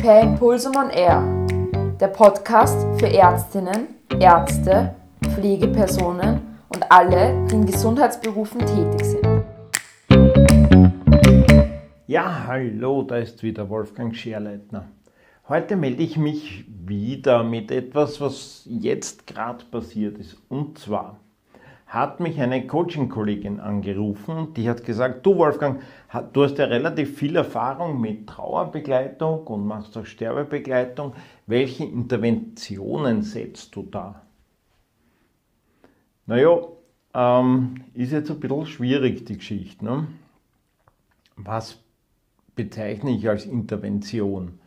Per Impulsum on Air, der Podcast für Ärztinnen, Ärzte, Pflegepersonen und alle, die in Gesundheitsberufen tätig sind. Ja, hallo, da ist wieder Wolfgang Scherleitner. Heute melde ich mich wieder mit etwas, was jetzt gerade passiert ist. Und zwar hat mich eine Coaching-Kollegin angerufen, die hat gesagt, du Wolfgang, du hast ja relativ viel Erfahrung mit Trauerbegleitung und machst auch Sterbebegleitung. Welche Interventionen setzt du da? Naja, ist jetzt ein bisschen schwierig die Geschichte. Ne? Was bezeichne ich als Intervention?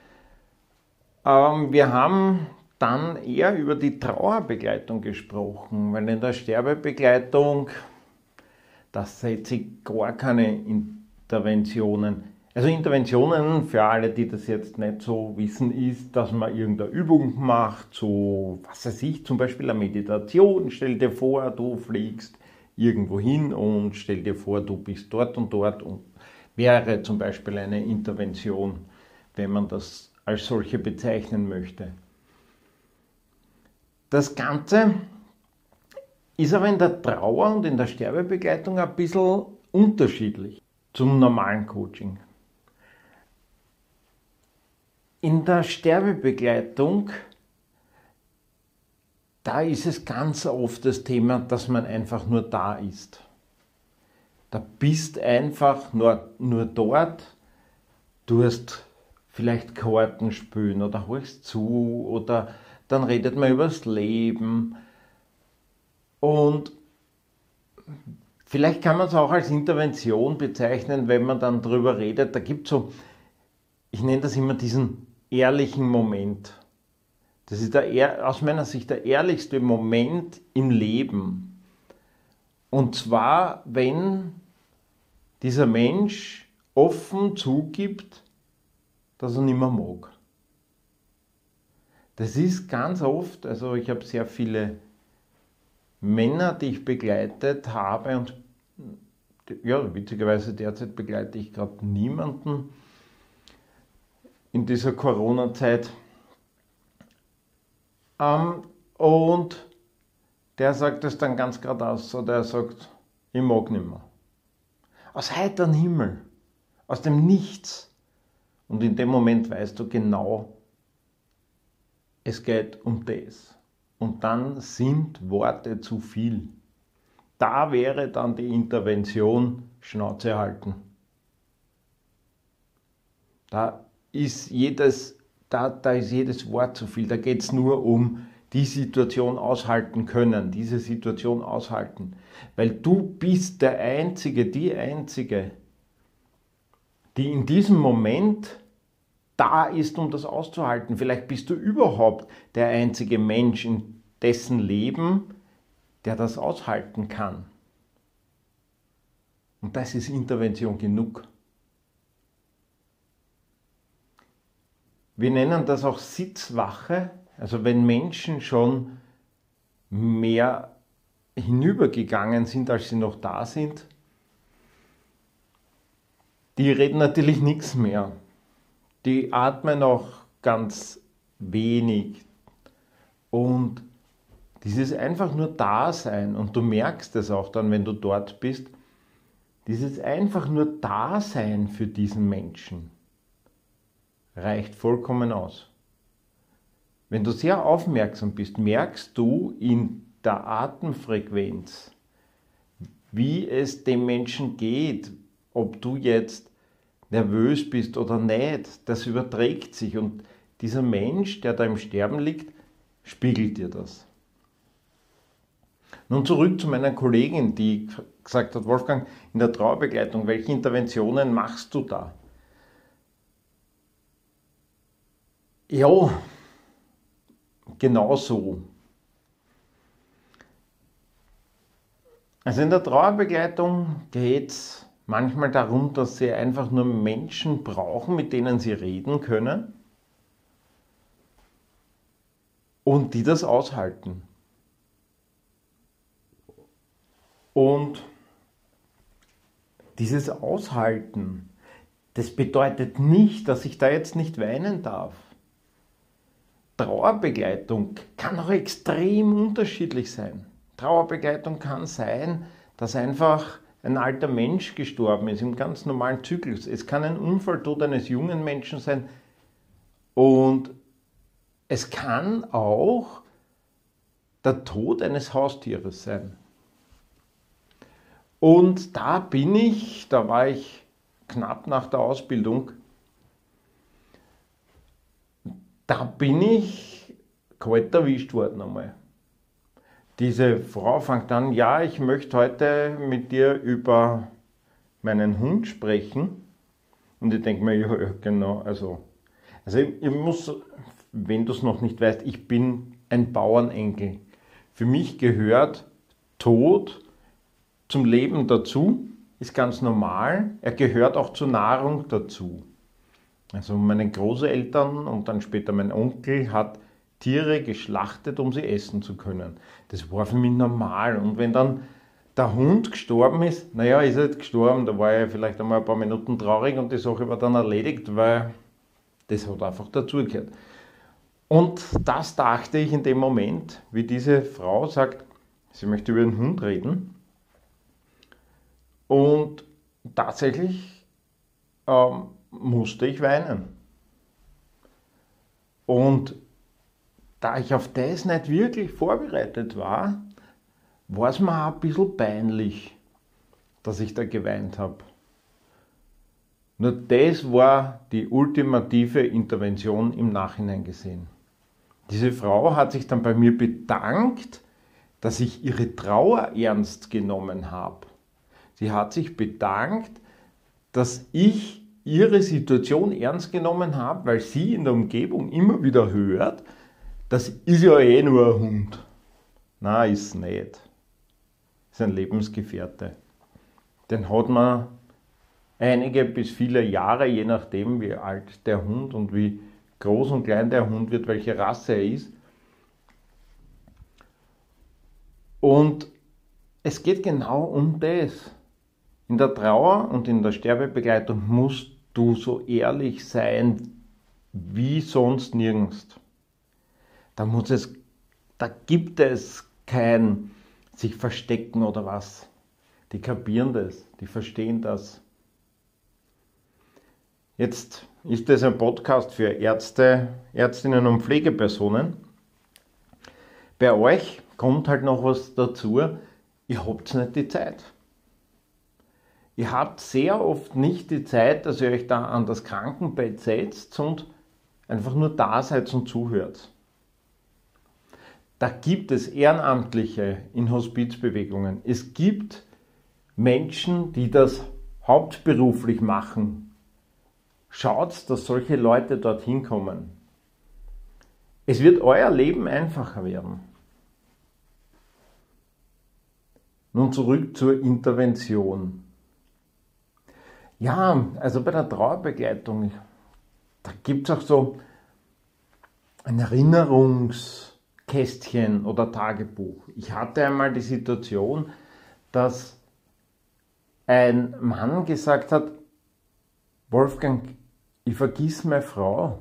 Wir haben dann eher über die Trauerbegleitung gesprochen, weil in der Sterbebegleitung, da setze ich gar keine Interventionen. Also Interventionen, für alle, die das jetzt nicht so wissen, ist, dass man irgendeine Übung macht, so, was weiß ich, zum Beispiel eine Meditation. Stell dir vor, du fliegst irgendwo hin und stell dir vor, du bist dort und wäre zum Beispiel eine Intervention, wenn man das als solche bezeichnen möchte. Das Ganze ist aber in der Trauer und in der Sterbebegleitung ein bisschen unterschiedlich zum normalen Coaching. In der Sterbebegleitung, da ist es ganz oft das Thema, dass man einfach nur da ist. Da bist einfach nur dort, du hast vielleicht Karten spielen oder hörst zu oder dann redet man über das Leben und vielleicht kann man es auch als Intervention bezeichnen, wenn man dann drüber redet. Da gibt es so, ich nenne das immer diesen ehrlichen Moment. Das ist aus meiner Sicht der ehrlichste Moment im Leben. Und zwar, wenn dieser Mensch offen zugibt, dass er nicht mehr mag. Das ist ganz oft, also ich habe sehr viele Männer, die ich begleitet habe und ja, witzigerweise derzeit begleite ich gerade niemanden in dieser Corona-Zeit. Und der sagt es dann ganz geradeaus, oder er sagt, ich mag nicht mehr. Aus heiterem Himmel, aus dem Nichts. Und in dem Moment weißt du genau, es geht um das. Und dann sind Worte zu viel. Da wäre dann die Intervention Schnauze halten. Da ist jedes Wort zu viel. Da geht es nur um die Situation aushalten können, diese Situation aushalten. Weil du bist der Einzige, die Einzige, die in diesem Moment da ist, um das auszuhalten. Vielleicht bist du überhaupt der einzige Mensch in dessen Leben, der das aushalten kann. Und das ist Intervention genug. Wir nennen das auch Sitzwache, also wenn Menschen schon mehr hinübergegangen sind, als sie noch da sind, die reden natürlich nichts mehr. Die atmen auch ganz wenig und dieses einfach nur Dasein, und du merkst es auch dann, wenn du dort bist, dieses einfach nur Dasein für diesen Menschen reicht vollkommen aus. Wenn du sehr aufmerksam bist, merkst du in der Atemfrequenz, wie es dem Menschen geht, ob du jetzt nervös bist oder nicht, das überträgt sich und dieser Mensch, der da im Sterben liegt, spiegelt dir das. Nun zurück zu meiner Kollegin, die gesagt hat, Wolfgang, in der Trauerbegleitung, welche Interventionen machst du da? Ja, genau so. Also in der Trauerbegleitung geht es manchmal darum, dass sie einfach nur Menschen brauchen, mit denen sie reden können und die das aushalten. Und dieses Aushalten, Das bedeutet nicht, dass ich da jetzt nicht weinen darf. Trauerbegleitung kann auch extrem unterschiedlich sein. Trauerbegleitung kann sein, dass einfach ein alter Mensch gestorben ist im ganz normalen Zyklus. Es kann ein Unfalltod eines jungen Menschen sein und es kann auch der Tod eines Haustieres sein. Und da war ich knapp nach der Ausbildung, da bin ich kalt erwischt worden einmal. Diese Frau fängt an, ja, ich möchte heute mit dir über meinen Hund sprechen. Und ich denke mir, ja, genau, also ich muss, wenn du es noch nicht weißt, ich bin ein Bauernenkel. Für mich gehört Tod zum Leben dazu, ist ganz normal. Er gehört auch zur Nahrung dazu. Also meine Großeltern und dann später mein Onkel hat Tiere geschlachtet, um sie essen zu können. Das war für mich normal. Und wenn dann der Hund gestorben ist, naja, ist er jetzt gestorben, da war er vielleicht einmal ein paar Minuten traurig und die Sache war dann erledigt, weil das hat einfach dazugehört. Und das dachte ich in dem Moment, wie diese Frau sagt, sie möchte über den Hund reden. Und tatsächlich musste ich weinen. Und da ich auf das nicht wirklich vorbereitet war, war es mir auch ein bisschen peinlich, dass ich da geweint habe. Nur das war die ultimative Intervention im Nachhinein gesehen. Diese Frau hat sich dann bei mir bedankt, dass ich ihre Trauer ernst genommen habe. Sie hat sich bedankt, dass ich ihre Situation ernst genommen habe, weil sie in der Umgebung immer wieder hört, das ist ja eh nur ein Hund. Nein, ist es nicht. Das ist ein Lebensgefährte. Den hat man einige bis viele Jahre, je nachdem wie alt der Hund und wie groß und klein der Hund wird, welche Rasse er ist. Und es geht genau um das. In der Trauer und in der Sterbebegleitung musst du so ehrlich sein wie sonst nirgends. Da gibt es kein sich verstecken oder was. Die kapieren das, die verstehen das. Jetzt ist das ein Podcast für Ärzte, Ärztinnen und Pflegepersonen. Bei euch kommt halt noch was dazu, ihr habt nicht die Zeit. Ihr habt sehr oft nicht die Zeit, dass ihr euch da an das Krankenbett setzt und einfach nur da seid und zuhört. Da gibt es Ehrenamtliche in Hospizbewegungen. Es gibt Menschen, die das hauptberuflich machen. Schaut, dass solche Leute dorthin kommen. Es wird euer Leben einfacher werden. Nun zurück zur Intervention. Ja, also bei der Trauerbegleitung, da gibt es auch so ein Erinnerungskästchen oder Tagebuch. Ich hatte einmal die Situation, dass ein Mann gesagt hat, Wolfgang, ich vergiss meine Frau.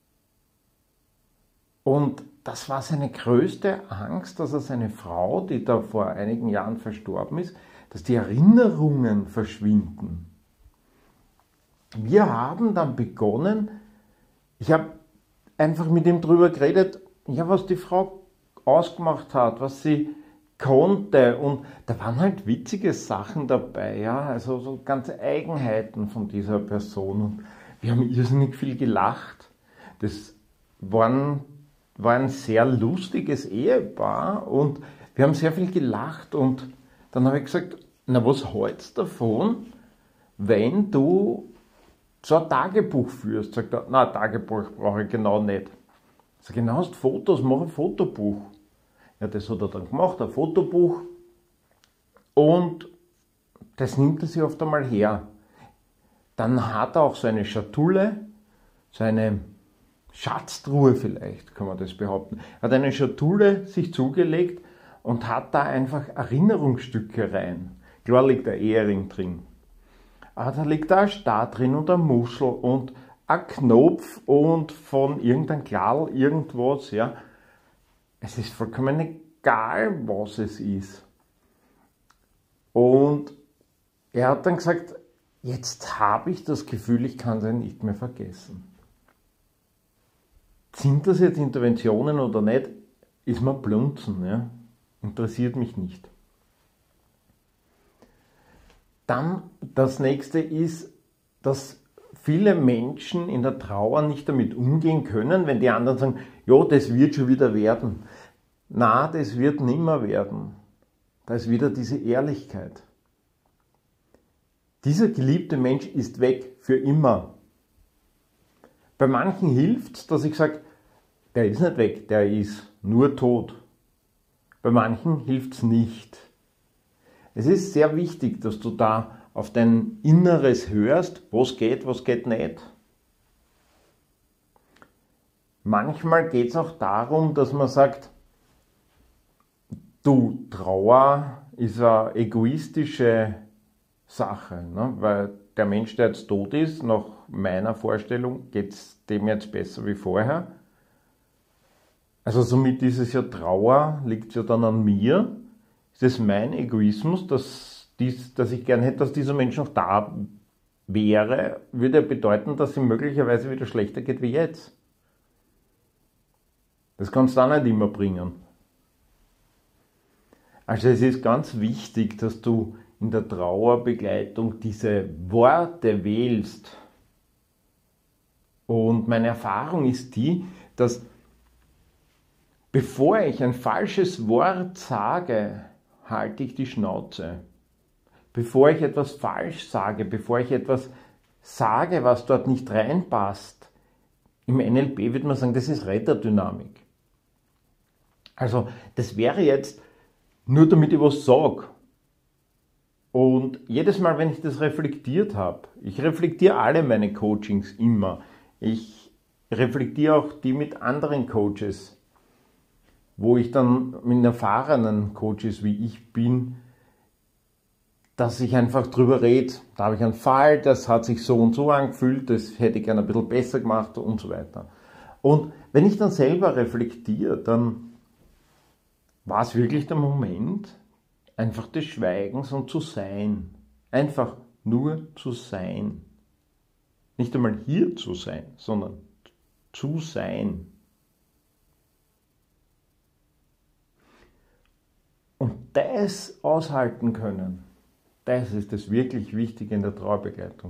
Und das war seine größte Angst, dass er seine Frau, die da vor einigen Jahren verstorben ist, dass die Erinnerungen verschwinden. Wir haben dann begonnen, ich habe einfach mit ihm drüber geredet, ja, was die Frau ausgemacht hat, was sie konnte, und da waren halt witzige Sachen dabei, ja, also so ganze Eigenheiten von dieser Person, und wir haben irrsinnig viel gelacht. Das war ein sehr lustiges Ehepaar und wir haben sehr viel gelacht, und dann habe ich gesagt, na, was hältst du davon, wenn du so ein Tagebuch führst? Sagt er, na, ein Tagebuch brauche ich genau nicht. Ich sage, genau, hast Fotos, mach ein Fotobuch. Ja, das hat er dann gemacht, ein Fotobuch, und das nimmt er sich oft einmal her. Dann hat er auch so eine Schatulle, so eine Schatztruhe vielleicht, kann man das behaupten. Er hat eine Schatulle sich zugelegt und hat da einfach Erinnerungsstücke rein. Klar liegt der Ehering drin. da liegt da ein Star drin und ein Muschel und ein Knopf und von irgendeinem Klall irgendwas, ja. Es ist vollkommen egal, was es ist. Und er hat dann gesagt, jetzt habe ich das Gefühl, ich kann es nicht mehr vergessen. Sind das jetzt Interventionen oder nicht, ist mir blunzen, ja? Interessiert mich nicht. Dann das nächste ist, dass viele Menschen in der Trauer nicht damit umgehen können, wenn die anderen sagen, ja, das wird schon wieder werden. Na, das wird nimmer werden. Da ist wieder diese Ehrlichkeit. Dieser geliebte Mensch ist weg für immer. Bei manchen hilft es, dass ich sage, der ist nicht weg, der ist nur tot. Bei manchen hilft es nicht. Es ist sehr wichtig, dass du da auf dein Inneres hörst, was geht nicht. Manchmal geht es auch darum, dass man sagt, du, Trauer ist eine egoistische Sache, ne? Weil der Mensch, der jetzt tot ist, nach meiner Vorstellung, geht es dem jetzt besser wie vorher. Also somit ist es ja Trauer, liegt es ja dann an mir. Ist es mein Egoismus, dass ich gern hätte, dass dieser Mensch noch da wäre, würde bedeuten, dass es ihm möglicherweise wieder schlechter geht wie jetzt. Das kannst du auch nicht immer bringen. Also es ist ganz wichtig, dass du in der Trauerbegleitung diese Worte wählst. Und meine Erfahrung ist die, dass bevor ich ein falsches Wort sage, halte ich die Schnauze. Bevor ich etwas falsch sage, bevor ich etwas sage, was dort nicht reinpasst, im NLP würde man sagen, das ist Retterdynamik. Also das wäre jetzt nur damit ich was sage. Und jedes Mal, wenn ich das reflektiert habe, ich reflektiere alle meine Coachings immer, ich reflektiere auch die mit anderen Coaches, wo ich dann mit erfahrenen Coaches wie ich bin, dass ich einfach drüber rede, da habe ich einen Fall, das hat sich so und so angefühlt, das hätte ich gerne ein bisschen besser gemacht und so weiter. Und wenn ich dann selber reflektiere, dann war es wirklich der Moment, einfach des Schweigens und zu sein. Einfach nur zu sein. Nicht einmal hier zu sein, sondern zu sein. Und das aushalten können, das ist das wirklich Wichtige in der Trauerbegleitung.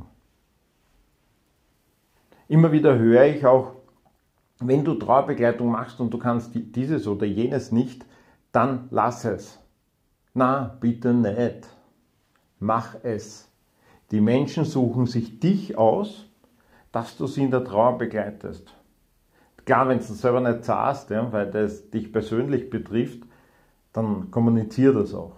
Immer wieder höre ich auch, wenn du Trauerbegleitung machst und du kannst dieses oder jenes nicht, dann lass es. Na, bitte nicht. Mach es. Die Menschen suchen sich dich aus, dass du sie in der Trauer begleitest. Klar, wenn du es selber nicht sagst, ja, weil das dich persönlich betrifft, dann kommunizier das auch.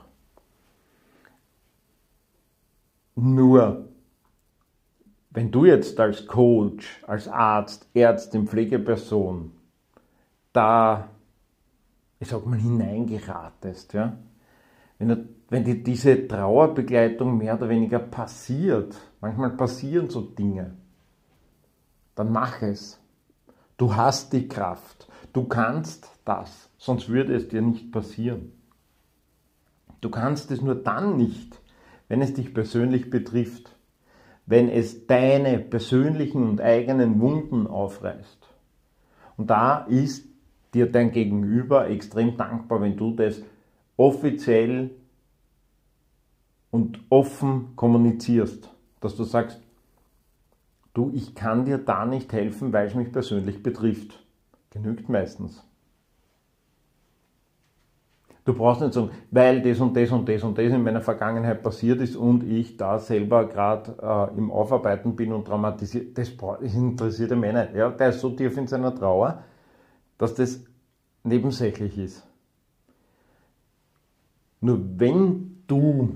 Nur, wenn du jetzt als Coach, als Arzt, Ärztin, Pflegeperson da, ich sag mal, hineingeratest, ja, wenn dir diese Trauerbegleitung mehr oder weniger passiert, manchmal passieren so Dinge, dann mach es. Du hast die Kraft, du kannst das, sonst würde es dir nicht passieren. Du kannst es nur dann nicht, wenn es dich persönlich betrifft, wenn es deine persönlichen und eigenen Wunden aufreißt. Und da ist dir dein Gegenüber extrem dankbar, wenn du das offiziell und offen kommunizierst, dass du sagst, du, ich kann dir da nicht helfen, weil es mich persönlich betrifft. Genügt meistens. Du brauchst nicht sagen, weil das und das und das und das in meiner Vergangenheit passiert ist und ich da selber gerade im Aufarbeiten bin und traumatisiert. Das interessiert mich nicht. Ja, der ist so tief in seiner Trauer, dass das nebensächlich ist. Nur wenn du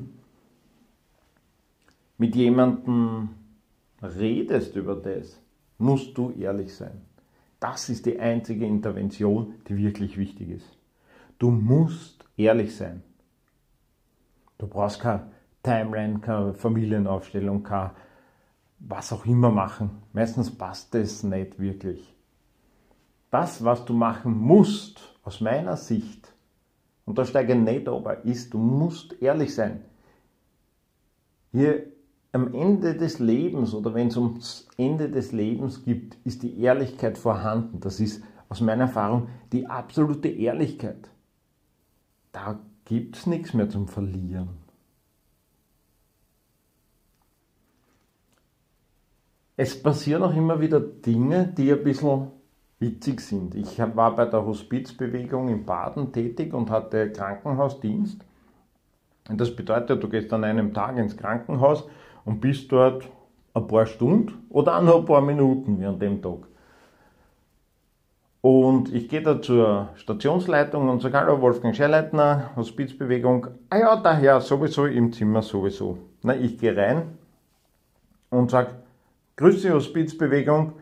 mit jemandem redest über das, musst du ehrlich sein. Das ist die einzige Intervention, die wirklich wichtig ist. Du musst ehrlich sein. Du brauchst keine Timeline, keine Familienaufstellung, kein was auch immer machen. Meistens passt es nicht wirklich. Das, was du machen musst, aus meiner Sicht, und da steige ich nicht aber, ist, du musst ehrlich sein. Hier am Ende des Lebens oder wenn es ums Ende des Lebens geht, ist die Ehrlichkeit vorhanden. Das ist aus meiner Erfahrung die absolute Ehrlichkeit. Da gibt es nichts mehr zum Verlieren. Es passieren auch immer wieder Dinge, die ein bisschen witzig sind. Ich war bei der Hospizbewegung in Baden tätig und hatte Krankenhausdienst. Und das bedeutet, du gehst an einem Tag ins Krankenhaus und bist dort ein paar Stunden oder auch nur ein paar Minuten wie an dem Tag. Und ich gehe da zur Stationsleitung und sage, hallo Wolfgang Scheileitner, Hospizbewegung. Ah ja, der Herr sowieso im Zimmer sowieso. Na, ich gehe rein und sage, Grüße Hospizbewegung,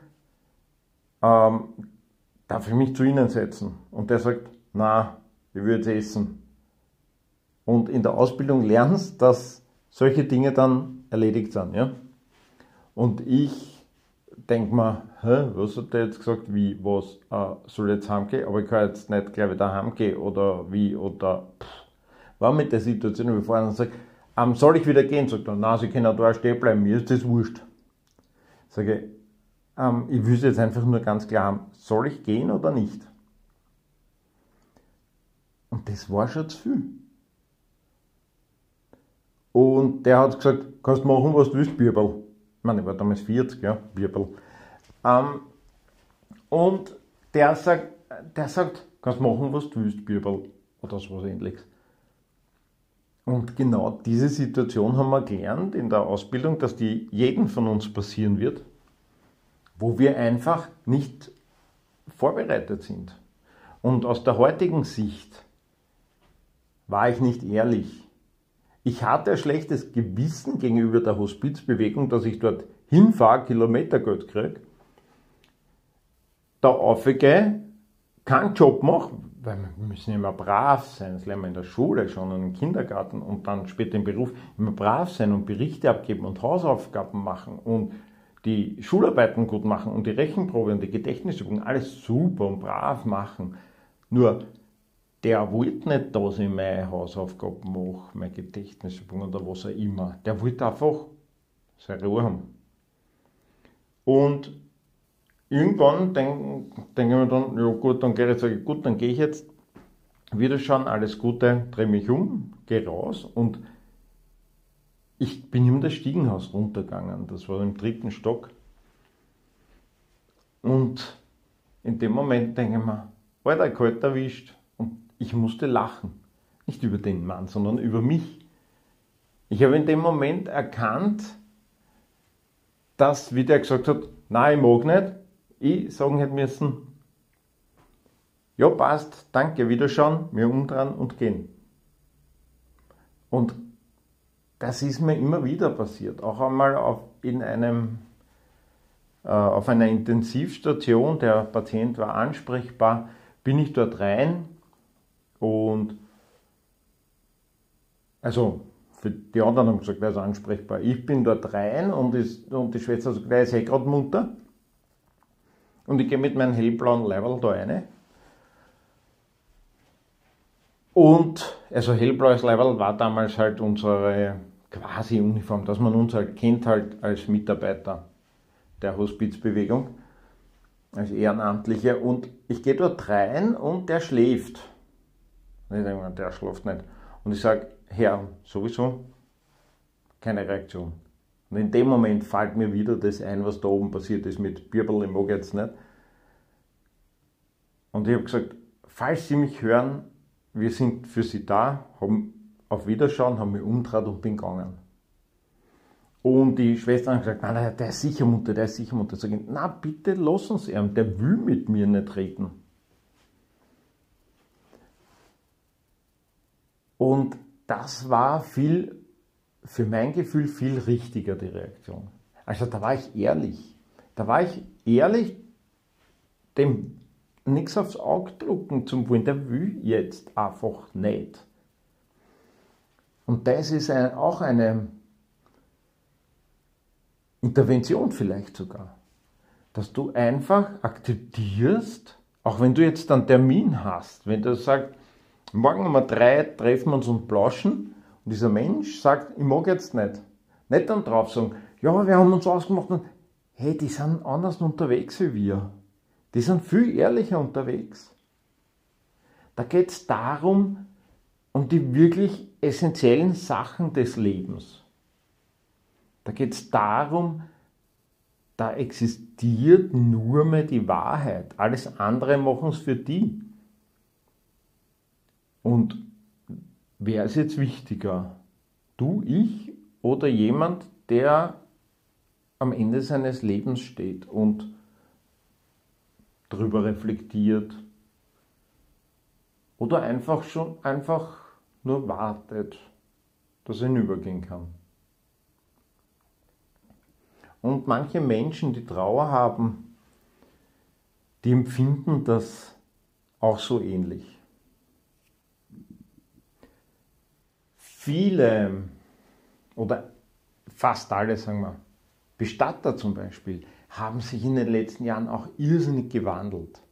darf ich mich zu Ihnen setzen? Und der sagt, na, ich würde jetzt essen. Und in der Ausbildung lernst, dass solche Dinge dann erledigt sind. Ja? Und ich denke mir, was hat der jetzt gesagt, wie, was, soll ich jetzt heimgehen? Aber ich kann jetzt nicht gleich wieder heimgehen oder wie, oder war mit der Situation überfordert und sage, soll ich wieder gehen? Sagt er, nein, Sie können da stehen bleiben, mir ist das wurscht. Sage ich, ich wüsste jetzt einfach nur ganz klar haben, soll ich gehen oder nicht? Und das war schon zu viel. Und der hat gesagt, kannst machen, was du willst, Bierbel. Ich meine, ich war damals 40, ja, Bierbel. Und der sagt, kannst machen, was du willst, Bierbel. Oder so was Ähnliches. Und genau diese Situation haben wir gelernt in der Ausbildung, dass die jedem von uns passieren wird, wo wir einfach nicht vorbereitet sind. Und aus der heutigen Sicht war ich nicht ehrlich. Ich hatte ein schlechtes Gewissen gegenüber der Hospizbewegung, dass ich dort hinfahre, Kilometergeld kriege, da aufgehe, keinen Job mache, weil wir müssen immer brav sein, das lernen wir in der Schule schon und im Kindergarten und dann später im Beruf, immer brav sein und Berichte abgeben und Hausaufgaben machen und die Schularbeiten gut machen und die Rechenprobe und die Gedächtnisübungen, alles super und brav machen. Nur, der wollte nicht, dass ich meine Hausaufgaben mache, meine Gedächtnisübungen oder was auch immer. Der wollte einfach seine Ruhe haben. Und irgendwann denke ich mir dann, ja gut, dann gehe ich jetzt, wieder schauen, alles Gute, drehe mich um, gehe raus und ich bin in das Stiegenhaus runtergegangen, das war im 3. Stock. Und in dem Moment denke ich mir, Alter, kalt erwischt. Und ich musste lachen. Nicht über den Mann, sondern über mich. Ich habe in dem Moment erkannt, dass, wie der gesagt hat, nein, ich mag nicht, ich sagen hätte müssen, ja passt, danke, wiederschauen, mir umdrehen und gehen. Und das ist mir immer wieder passiert, auch einmal auf einer Intensivstation, der Patient war ansprechbar, bin ich dort rein und also für die anderen haben gesagt, wer ist ansprechbar. Ich bin dort rein und die Schwester hat gesagt, der ist gerade munter und ich gehe mit meinem hellblauen Leiberl da rein. Und also hellblaues Leiberl war damals halt unsere quasi Uniform, dass man uns halt kennt halt als Mitarbeiter der Hospizbewegung, als Ehrenamtliche. Und ich gehe dort rein und der schläft. Und ich denke mir, der schläft nicht. Und ich sage, Herr, sowieso keine Reaktion. Und in dem Moment fällt mir wieder das ein, was da oben passiert ist mit Bierbel, ich mag jetzt nicht. Und ich habe gesagt, falls Sie mich hören, wir sind für Sie da, haben auf Wiederschauen, haben mich umgedreht und bin gegangen. Und die Schwester hat gesagt, nein, der ist sicher munter, der ist sicher munter. Sag ich, na bitte lassen Sie ihn, der will mit mir nicht reden. Und das war für mein Gefühl viel richtiger, die Reaktion. Also da war ich ehrlich. Da war ich ehrlich, dem nichts aufs Auge drucken zum wollen, der will jetzt einfach nicht. Und das ist auch eine Intervention vielleicht sogar, dass du einfach akzeptierst, auch wenn du jetzt einen Termin hast, wenn du sagst, morgen um 3 treffen wir uns und plauschen und dieser Mensch sagt, ich mag jetzt nicht. Nicht dann drauf sagen, ja, wir haben uns ausgemacht und hey, die sind anders unterwegs wie wir. Die sind viel ehrlicher unterwegs. Da geht es darum, um die wirklich essentiellen Sachen des Lebens. Da geht es darum, da existiert nur mehr die Wahrheit. Alles andere machen es für die. Und wer ist jetzt wichtiger? Du, ich oder jemand, der am Ende seines Lebens steht und drüber reflektiert oder einfach nur wartet, dass er hinübergehen kann. Und manche Menschen, die Trauer haben, die empfinden das auch so ähnlich. Viele oder fast alle, sagen wir, Bestatter zum Beispiel, haben sich in den letzten Jahren auch irrsinnig gewandelt.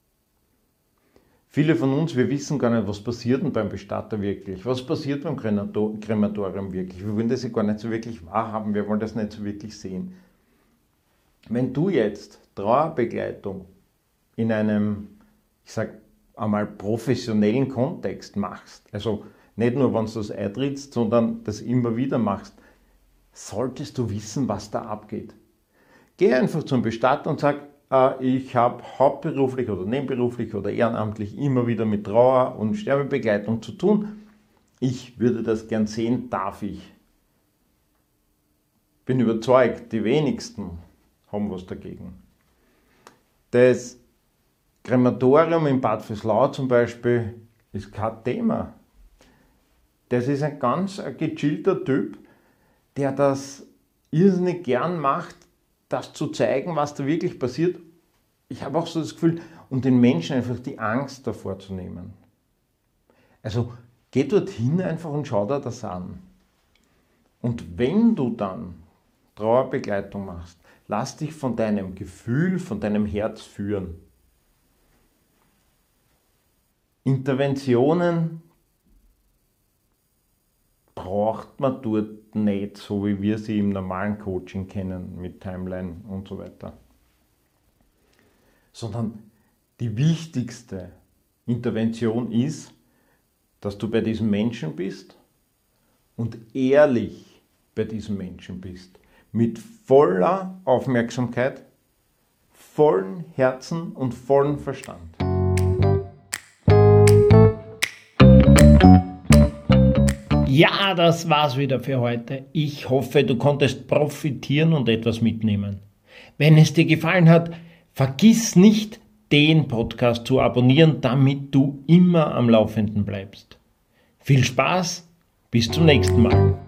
Viele von uns, wir wissen gar nicht, was passiert denn beim Bestatter wirklich, was passiert beim Krematorium wirklich. Wir wollen das ja gar nicht so wirklich wahrhaben, wir wollen das nicht so wirklich sehen. Wenn du jetzt Trauerbegleitung in einem, ich sag einmal, professionellen Kontext machst, also nicht nur, wenn du das eintrittst, sondern das immer wieder machst, solltest du wissen, was da abgeht. Geh einfach zum Bestatter und sag, ich habe hauptberuflich oder nebenberuflich oder ehrenamtlich immer wieder mit Trauer und Sterbebegleitung zu tun. Ich würde das gern sehen, darf ich. Bin überzeugt, die wenigsten haben was dagegen. Das Krematorium in Bad Vöslau zum Beispiel ist kein Thema. Das ist ein ganz gechillter Typ, der das irrsinnig gern macht, das zu zeigen, was da wirklich passiert. Ich habe auch so das Gefühl, um den Menschen einfach die Angst davor zu nehmen. Also geh dorthin einfach und schau dir das an. Und wenn du dann Trauerbegleitung machst, lass dich von deinem Gefühl, von deinem Herz führen. Interventionen braucht man dort nicht, so wie wir sie im normalen Coaching kennen, mit Timeline und so weiter. Sondern die wichtigste Intervention ist, dass du bei diesem Menschen bist und ehrlich bei diesem Menschen bist. Mit voller Aufmerksamkeit, vollem Herzen und vollem Verstand. Ja, das war's wieder für heute. Ich hoffe, du konntest profitieren und etwas mitnehmen. Wenn es dir gefallen hat, vergiss nicht, den Podcast zu abonnieren, damit du immer am Laufenden bleibst. Viel Spaß, bis zum nächsten Mal.